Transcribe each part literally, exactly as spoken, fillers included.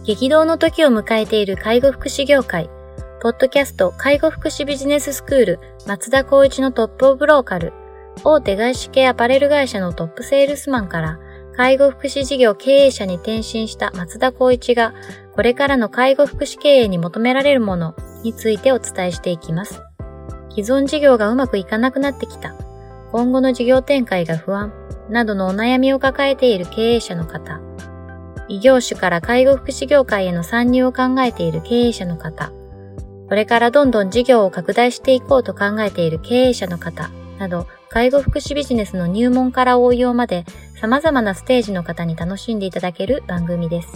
激動の時を迎えている介護福祉業界、ポッドキャスト介護福祉ビジネススクール松田光一のトップオブローカル、大手外資系アパレル会社のトップセールスマンから介護福祉事業経営者に転身した松田光一が、これからの介護福祉経営に求められるものについてお伝えしていきます。既存事業がうまくいかなくなってきた、今後の事業展開が不安などのお悩みを抱えている経営者の方、異業種から介護福祉業界への参入を考えている経営者の方、これからどんどん事業を拡大していこうと考えている経営者の方など、介護福祉ビジネスの入門から応用まで様々なステージの方に楽しんでいただける番組です。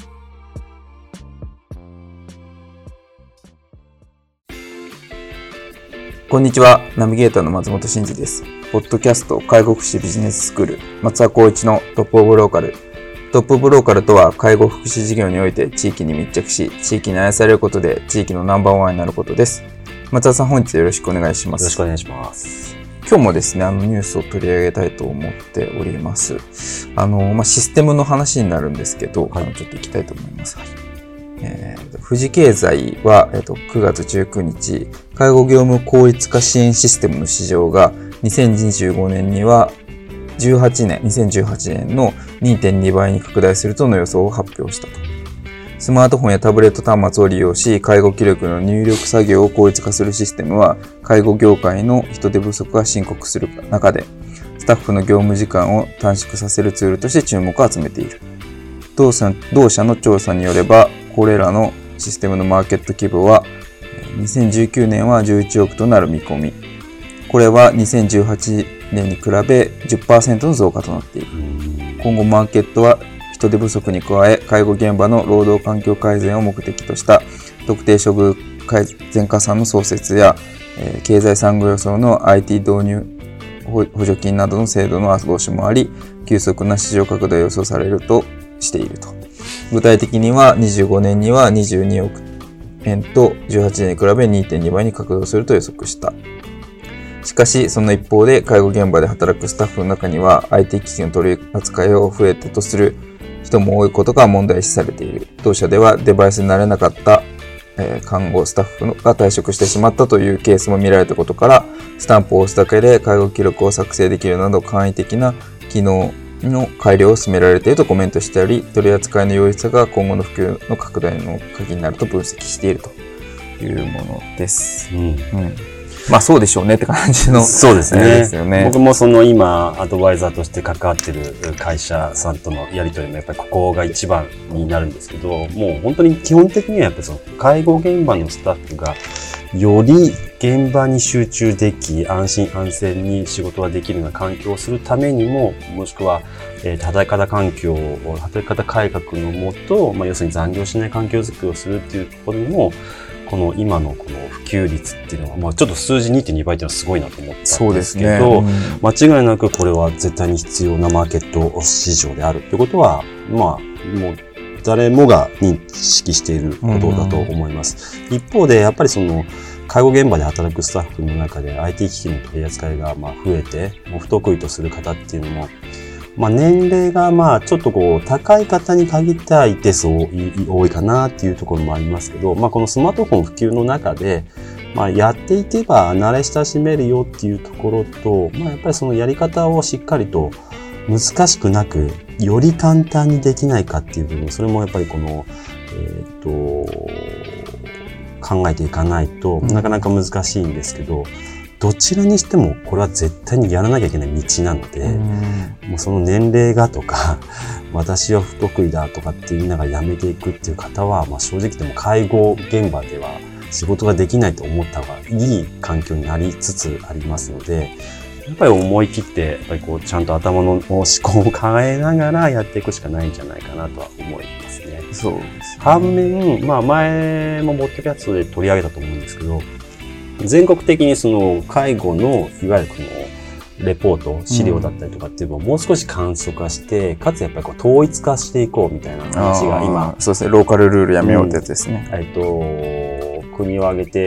こんにちは、ナビゲーターの松本真嗣です。ポッドキャスト介護福祉ビジネススクール松田光一のトップオブローカル。トップオブローカルとは、介護福祉事業において地域に密着し、地域に愛されることで地域のナンバーワンになることです。松田さん、本日よろしくお願いします。 よろしくお願いします。 今日もですね、あのニュースを取り上げたいと思っております。あの、まあ、システムの話になるんですけど、はい、あのちょっと行きたいと思います。はい、えー、富士経済は、えーと、くがつじゅうくにち、介護業務効率化支援システムの市場がにせんにじゅうごねんにはじゅうはちねん、にせんじゅうはちねんの にてんに 倍に拡大するとの予想を発表したと。スマートフォンやタブレット端末を利用し、介護記録の入力作業を効率化するシステムは、介護業界の人手不足が深刻する中で、スタッフの業務時間を短縮させるツールとして注目を集めている。同社、同社の調査によれば、これらのシステムのマーケット規模は、にせんじゅうきゅうねんはじゅういちおくとなる見込み。これはにせんじゅうはちねんに比べ じゅっパーセント の増加となっている。今後マーケットは人手不足に加え、介護現場の労働環境改善を目的とした特定処遇改善加算の創設や、えー、経済産業省の アイティー 導入補助金などの制度の後押しもあり、急速な市場拡大を予想されるとしていると。具体的にはにじゅうごねんにはにじゅうにおくえんとじゅうはちねんに比べ にてんに 倍に拡大すると予測した。しかし、その一方で介護現場で働くスタッフの中には アイティー 機器の取り扱いを増えたとする人も多いことが問題視されている。同社ではデバイスに慣れなかった、えー、看護スタッフが退職してしまったというケースも見られたことから、スタンプを押すだけで介護記録を作成できるなど簡易的な機能の改良を進められているとコメントしており、取り扱いの容易さが今後の普及の拡大の鍵になると分析しているというものです。うんうん、まあそうでしょうねって感じのそうですね。 ですよね。 僕もその今アドバイザーとして関わってる会社さんとのやり取りもやっぱりここが一番になるんですけど、もう本当に基本的にはやっぱりその介護現場のスタッフがより現場に集中でき、安心安全に仕事ができるような環境をするためにも、もしくは、えー、働き方環境を、働き方改革のもと、まあ、要するに残業しない環境づくりをするっていうところにも、この今のこの普及率っていうのは、まあ、ちょっと数字 にてんに 倍っていうのはすごいなと思ったんですけど、そうですね、うん、間違いなくこれは絶対に必要なマーケット市場であるってことは、まあ、もう誰もが認識していることだと思います。うん、一方で、やっぱりその、介護現場で働くスタッフの中で アイティー 機器の取り扱いがまあ増えて、もう不得意とする方っていうのも、まあ年齢がまあちょっとこう高い方に限っては一定数多いかなっていうところもありますけど、まあこのスマートフォン普及の中で、まあやっていけば慣れ親しめるよっていうところと、まあやっぱりそのやり方をしっかりと難しくなく、より簡単にできないかっていう部分、それもやっぱりこの、えっと、考えていかないとなかなか難しいんですけど、うん、どちらにしてもこれは絶対にやらなきゃいけない道なので、うん、もうその年齢がとか私は不得意だとかって言いながらやめていくっていう方は、まあ、正直でも介護現場では仕事ができないと思った方がいい環境になりつつありますので、やっぱり思い切ってやっぱりこうちゃんと頭の思考を変えながらやっていくしかないんじゃないかなとは思いますね。 そうですね。 反面、まあ前もポッドキャストで取り上げたと思うんですけど、全国的にその介護のいわゆるこのレポート、資料だったりとかっていうのをもう少し簡素化して、うん、かつやっぱりこう統一化していこうみたいな話が今、 そうですね、ローカルルールやめようってやつですね。 うん、えっと国を挙げて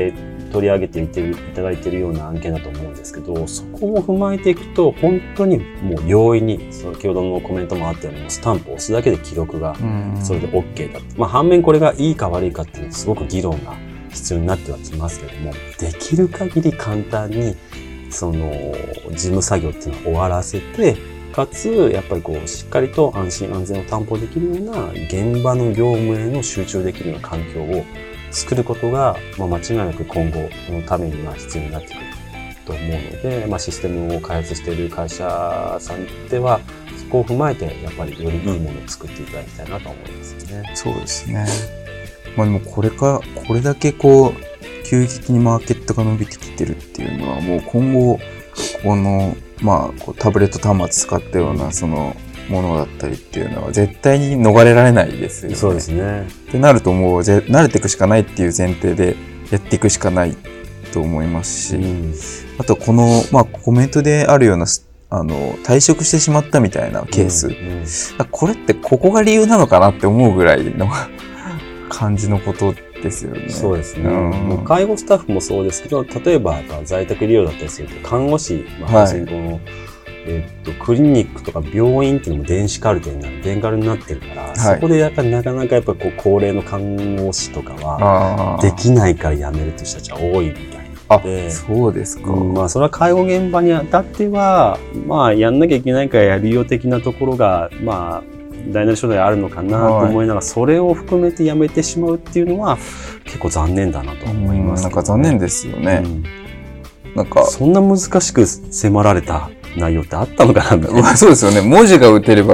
取り上げていていただいているような案件だと思うんですけど、そこも踏まえていくと本当にもう容易に先ほどのコメントもあったようにスタンプを押すだけで記録がそれで OK だと、まあ、反面これがいいか悪いかっていうのはすごく議論が必要になってはきますけれども、できる限り簡単にその事務作業っていうのを終わらせて、かつやっぱりこうしっかりと安心安全を担保できるような現場の業務への集中できるような環境を作ることが、まあ、間違いなく今後のためには必要になってくると思うので、まあ、システムを開発している会社さんではそこを踏まえてやっぱりよりいいものを作っていただきたいなと思いますよね。 そうですね。まあでもこれかこれだけこう急激にマーケットが伸びてきてるっていうのはもう今後このまあこうタブレット端末使ったようなそのものだったりっていうのは絶対に逃れられないですよね。 そうですね。 ってなるともうぜ慣れていくしかないっていう前提でやっていくしかないと思いますし、うん、あとこのまあコメントであるようなあの退職してしまったみたいなケース、うんうん、これってここが理由なのかなって思うぐらいの感じのことですよね。 そうですね。うん、もう介護スタッフもそうですけど、例えば在宅利用だったりすると看護師、まあ、はい、このえっと、クリニックとか病院っていうのも電子カルテになる、電カルになってるから、はい、そこでやっぱりなかなかやっぱこう高齢の看護師とかはできないから辞めるという人たちは多いみたいなので。 あ、そうですか。 うん、まあそれは介護現場にあたっては、まあやんなきゃいけないからやるよ的なところが、まあ大なり小なりあるのかなと思いながら、はい、それを含めて辞めてしまうっていうのは結構残念だなと思います、 ね。なんか残念ですよね。うん、なんかそんな難しく迫られた内容ってあったのかなみたいな。 そうですよね。文字が打てれば、うん、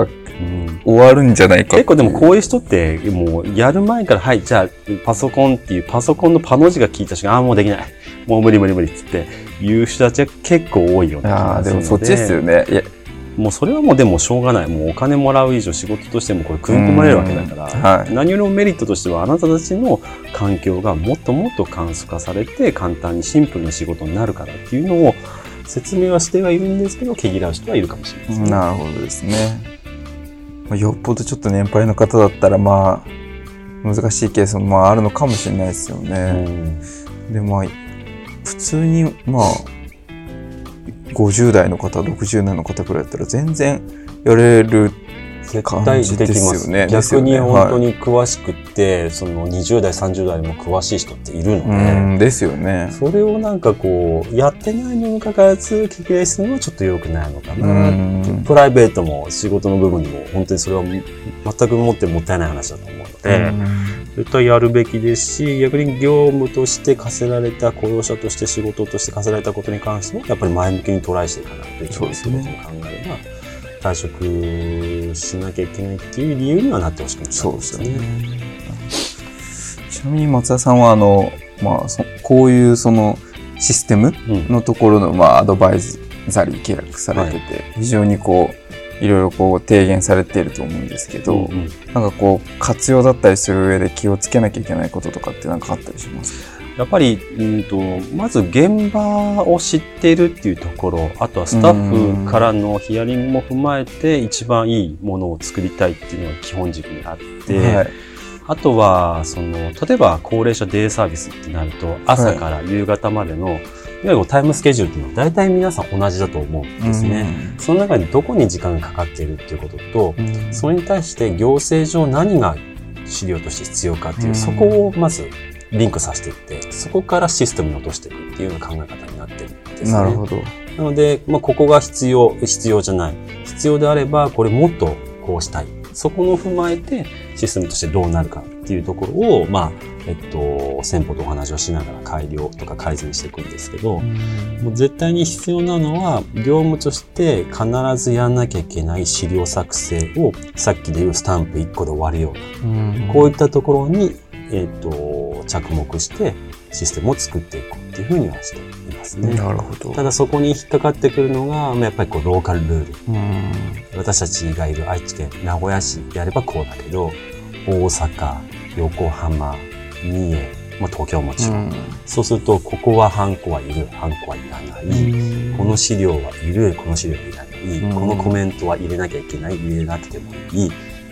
終わるんじゃないか。 結構でもこういう人ってもうやる前から、はい、じゃあパソコンっていうパソコンのパの字が聞いた瞬間、ああもうできない。もう無理無理無理っつって言う人たちは結構多いような気がするので。 でもそっちですよね。いやもうそれはもうでもしょうがない。もうお金もらう以上仕事としてもこれ組み込まれるわけだから、はい、何よりもメリットとしてはあなたたちの環境がもっともっと簡素化されて簡単にシンプルな仕事になるからっていうのを説明はしてはいるんですけど、毛嫌う人はいるかもしれないですね。 なるほどですね。よっぽどちょっと年配の方だったらまあ難しいケースもまああるのかもしれないですよね。うん、でまあ普通にまあごじゅう代の方、ろくじゅう代の方くらいだったら全然やれる感じですよね。 逆に本当に詳しくって、はい、そのにじゅう代、さんじゅう代も詳しい人っているので、 うんですよね。 それをなんかこうやってないにもかかわらず聞き合いするのはちょっと良くないのかなって。プライベートも仕事の部分でも本当にそれは全くもってもったいない話だと思うので、絶対やるべきですし、逆に業務として課せられた雇用者として仕事として課せられたことに関してもやっぱり前向きにトライしていかないといけないということを考えれば、退職しなきゃいけないっていう理由にはなってほしくないですね。そうですね。 ちなみに松田さんはあの、まあ、そこういうそのシステムのところの、うん、まあ、アドバイザリー契約されてて、はい、非常にこういろいろこう提言されていると思うんですけど、うんうん、なんかこう活用だったりする上で気をつけなきゃいけないこととかって何かあったりしますか？ やっぱり、うんと、まず現場を知っているっていうところ、あとはスタッフからのヒアリングも踏まえて一番いいものを作りたいっていうのが基本軸にあって、はい、あとはその例えば高齢者デイサービスってなると朝から夕方までの、はい、いわゆるタイムスケジュールっていうのは大体皆さん同じだと思うんですね。その中でどこに時間がかかっているっていうことと、それに対して行政上何が資料として必要かっていう、そこをまずリンクさせていって、そこからシステムに落としていくっていうような考え方になってるんですね。 なるほど。 なので、まあ、ここが必要、必要じゃない。必要であれば、これもっとこうしたい。そこの踏まえて、システムとしてどうなるかっていうところを、まあ、えっと、先方とお話をしながら改良とか改善していくんですけど、もう絶対に必要なのは、業務として必ずやんなきゃいけない資料作成を、さっきで言うスタンプいっこで終わるような、こういったところに、えっと、着目してシステムを作っていこうっていうふうにはしていますね。 なるほど。 ただそこに引っかかってくるのが、やっぱりこうローカルルール。うん私たちがいる愛知県名古屋市であればこうだけど、大阪、横浜、三重、まあ、東京もちろん。そうすると、ここはハンコはいる、ハンコはいらない。この資料はいる、この資料はいらない。このコメントは入れなきゃいけない、入れなくてもいい。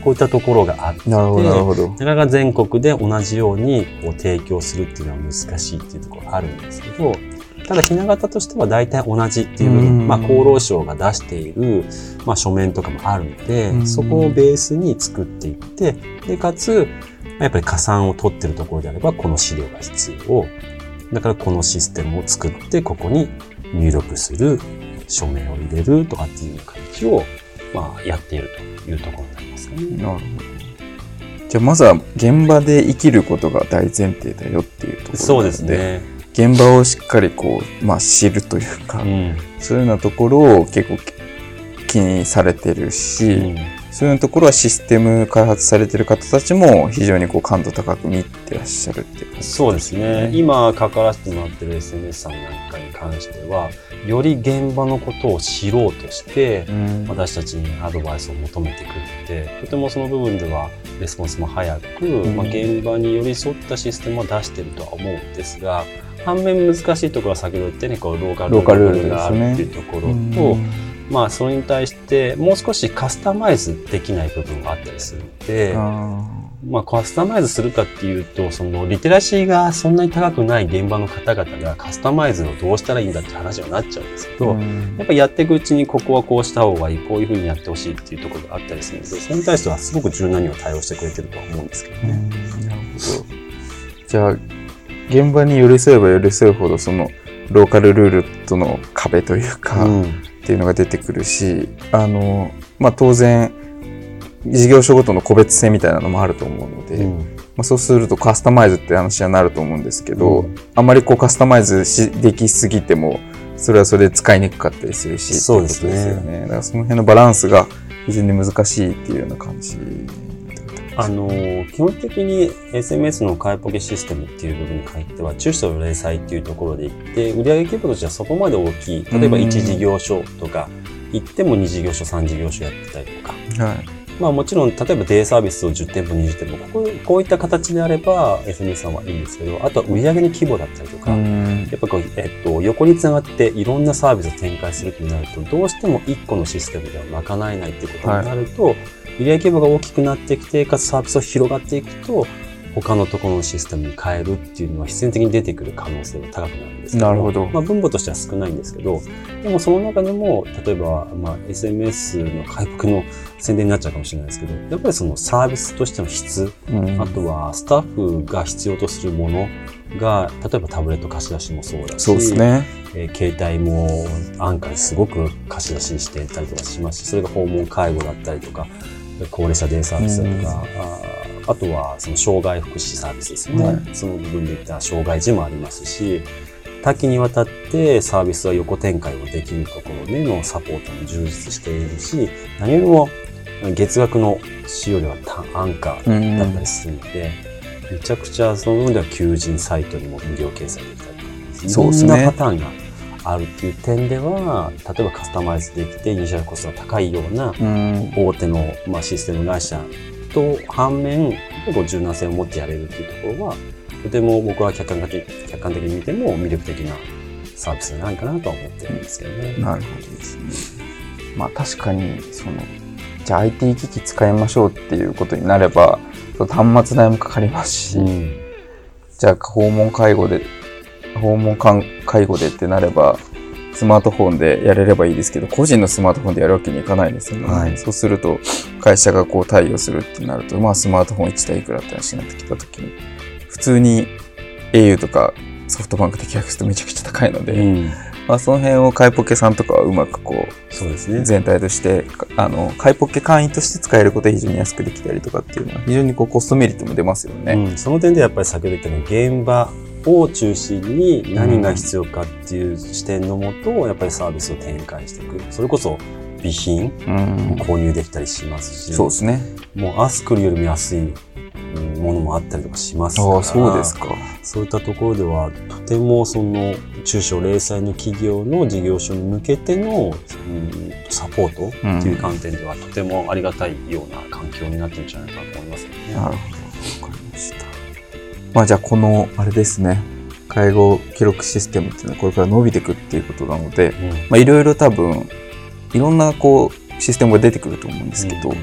こういったところがあって、 なるほど、なるほど。 なかなか全国で同じようにこう提供するっていうのは難しいっていうところがあるんですけど、ただ、ひな形としては大体同じっていう部分、まあ、厚労省が出している、まあ、書面とかもあるので、そこをベースに作っていって、で、かつ、やっぱり加算を取ってるところであれば、この資料が必要。だから、このシステムを作って、ここに入力する、署名を入れるとかっていう形を、まあ、やっているというところになりますかね。 なるほど。じゃあ、まずは現場で生きることが大前提だよっていうところなので、 そうですね。 現場をしっかりこう、まあ、知るというか、うん、そういうようなところを結構気にされてるし、うん、そういうようなところはシステム開発されてる方たちも非常にこう感度高く見てらっしゃるっていう感じですね。 そうですね。今関わらせてもらってる エスエヌエス さんなんかに関しては、より現場のことを知ろうとして、うん、私たちにアドバイスを求めてくれて、とてもその部分ではレスポンスも早く、うん、まあ、現場に寄り添ったシステムを出しているとは思うんですが、反面難しいところは先ほど言ったようにこうローカルルールがあるっていうところと、まあそれに対してもう少しカスタマイズできない部分があったりするので、まあカスタマイズするかっていうと、そのリテラシーがそんなに高くない現場の方々がカスタマイズをどうしたらいいんだって話になっちゃうんですけど、やっぱりやっていくうちにここはこうした方がいい、こういうふうにやってほしいっていうところがあったりするので、それに対してはすごく柔軟には対応してくれてるとは思うんですけどね。 なるほど。じゃあ現場に寄り添えば寄り添うほどそのローカルルールとの壁というか、うん、っていうのが出てくるし、あの、まあ、当然事業所ごとの個別性みたいなのもあると思うので、うん、まあ、そうするとカスタマイズって話になると思うんですけど、うん、あまりこうカスタマイズしできすぎてもそれはそれで使いにくかったりするし、 そうですね。 っていうことですよね。だからその辺のバランスが非常に難しいっていうような感じ。 あの基本的に エスエムエス の買いポケシステムっていう部分に関しては中小零細っていうところでいって売上規模としてはそこまで大きい、例えばいち事業所とか行ってもに事業所さん事業所やってたりとか、はい、まあもちろん例えばデイサービスをじゅってんぽにじゅってんぽこここういった形であれば エスエムエス さんはいいんですけど、あとは売上の規模だったりとか、やっぱこう、えっと、横につながっていろんなサービスを展開するとなるとどうしてもいっこのシステムでは賄えないっていうことになると、はい、売上規模が大きくなってきて、かつサービスが広がっていくと、他のところのシステムに変えるっていうのは必然的に出てくる可能性が高くなるんですけど、なるほど。まあ分母としては少ないんですけど、でもその中でも、例えば、まあ エスエムエス の開発の宣伝になっちゃうかもしれないですけど、やっぱりそのサービスとしての質、うん、あとはスタッフが必要とするものが、例えばタブレット貸し出しもそうだし、 そうですね。 えー、携帯も安価にすごく貸し出ししていたりとかしますし、それが訪問介護だったりとか、高齢者デイサービスだとか、うん、あ, あとはその障害福祉サービスですよね、はい、その部分でいった障害児もありますし、多岐にわたってサービスは横展開もできるところでのサポートも充実しているし、何よりも月額の使用料は安価だったりするので、うん、めちゃくちゃその部分では求人サイトにも無料掲載できたりとか、いろんなパターンがあるっていう点では、例えばカスタマイズできてイニシャルコストが高いような大手の、まあ、システム会社と反面柔軟性を持ってやれるっていうところはとても僕は客観的、客観的に見ても魅力的なサービスじゃないかなとは思ってるんですけどね。 なるほどですね。まあ確かにそのじゃあ アイティー 機器使いましょうっていうことになれば端末代もかかりますし、うん、じゃあ訪問介護で訪問介護でってなればスマートフォンでやれればいいですけど、個人のスマートフォンでやるわけにいかないですよね、はい、そうすると会社がこう対応するってなると、まあスマートフォンいちだいいくらって話になってきたときに普通に エーユー とかソフトバンクで契約するとめちゃくちゃ高いので、うん、まあ、その辺を買いポケさんとかはうまくこう、そうですね、全体としてあの買いポケ会員として使えることで非常に安くできたりとかっていうのは非常にこうコストメリットも出ますよね、 うん、その点でやっぱり先ほど言ったように現場を中心に何が必要かっていう視点のもと、やっぱりサービスを展開していく。それこそ備品も購入できたりしますし、うん、そうですね。もうアスクルよりも安いものもあったりとかしますから、あ、そうですか。そういったところではとてもその中小零細の企業の事業所に向けての、うん、サポートっていう観点ではとてもありがたいような環境になってるんじゃないかと思いますよね。 なるほど、わかりました。まあじゃあこのあれですね、介護記録システムっていうのはこれから伸びていくっていうことなので、うん、まあいろいろ多分いろんなこうシステムが出てくると思うんですけど、うん、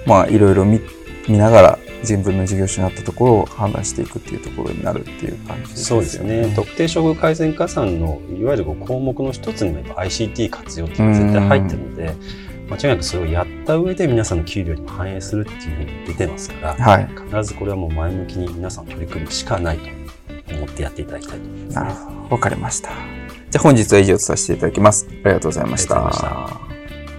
まあいろいろ見、見ながら自分の事業所になったところを判断していくっていうところになるっていう感じですよね。 そうですね。特定処遇改善加算のいわゆるこう項目の一つにもやっぱ アイシーティー 活用っていうのが絶対入ってるので、間違いなくそれをやった上で皆さんの給料にも反映するっていうふうに出てますから、 はい、 必ずこれはもう前向きに皆さん取り組むしかないと思ってやっていただきたいと思いますね。 なるほど。わかりました。じゃあ本日は以上とさせていただきます。ありがとうございました。 ありがとうございました。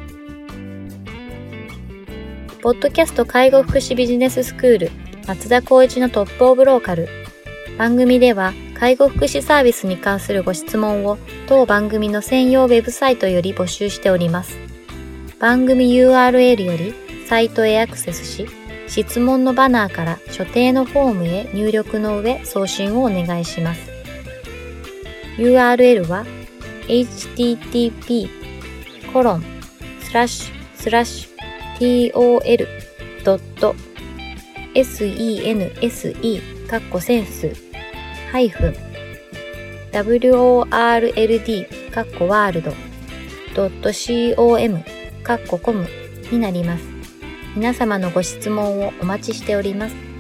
ポッドキャスト介護福祉ビジネススクール松田光一のトップオブローカル。番組では介護福祉サービスに関するご質問を当番組の専用ウェブサイトより募集しております。番組 ユーアールエル よりサイトへアクセスし、質問のバナーから所定のフォームへ入力の上送信をお願いします。ユーアールエル は エイチティーティーピーコロンスラッシュスラッシュ tol ドット sense かっこセンスハイフン world かっこワールドドット com かっこコムになります。皆様のご質問をお待ちしております。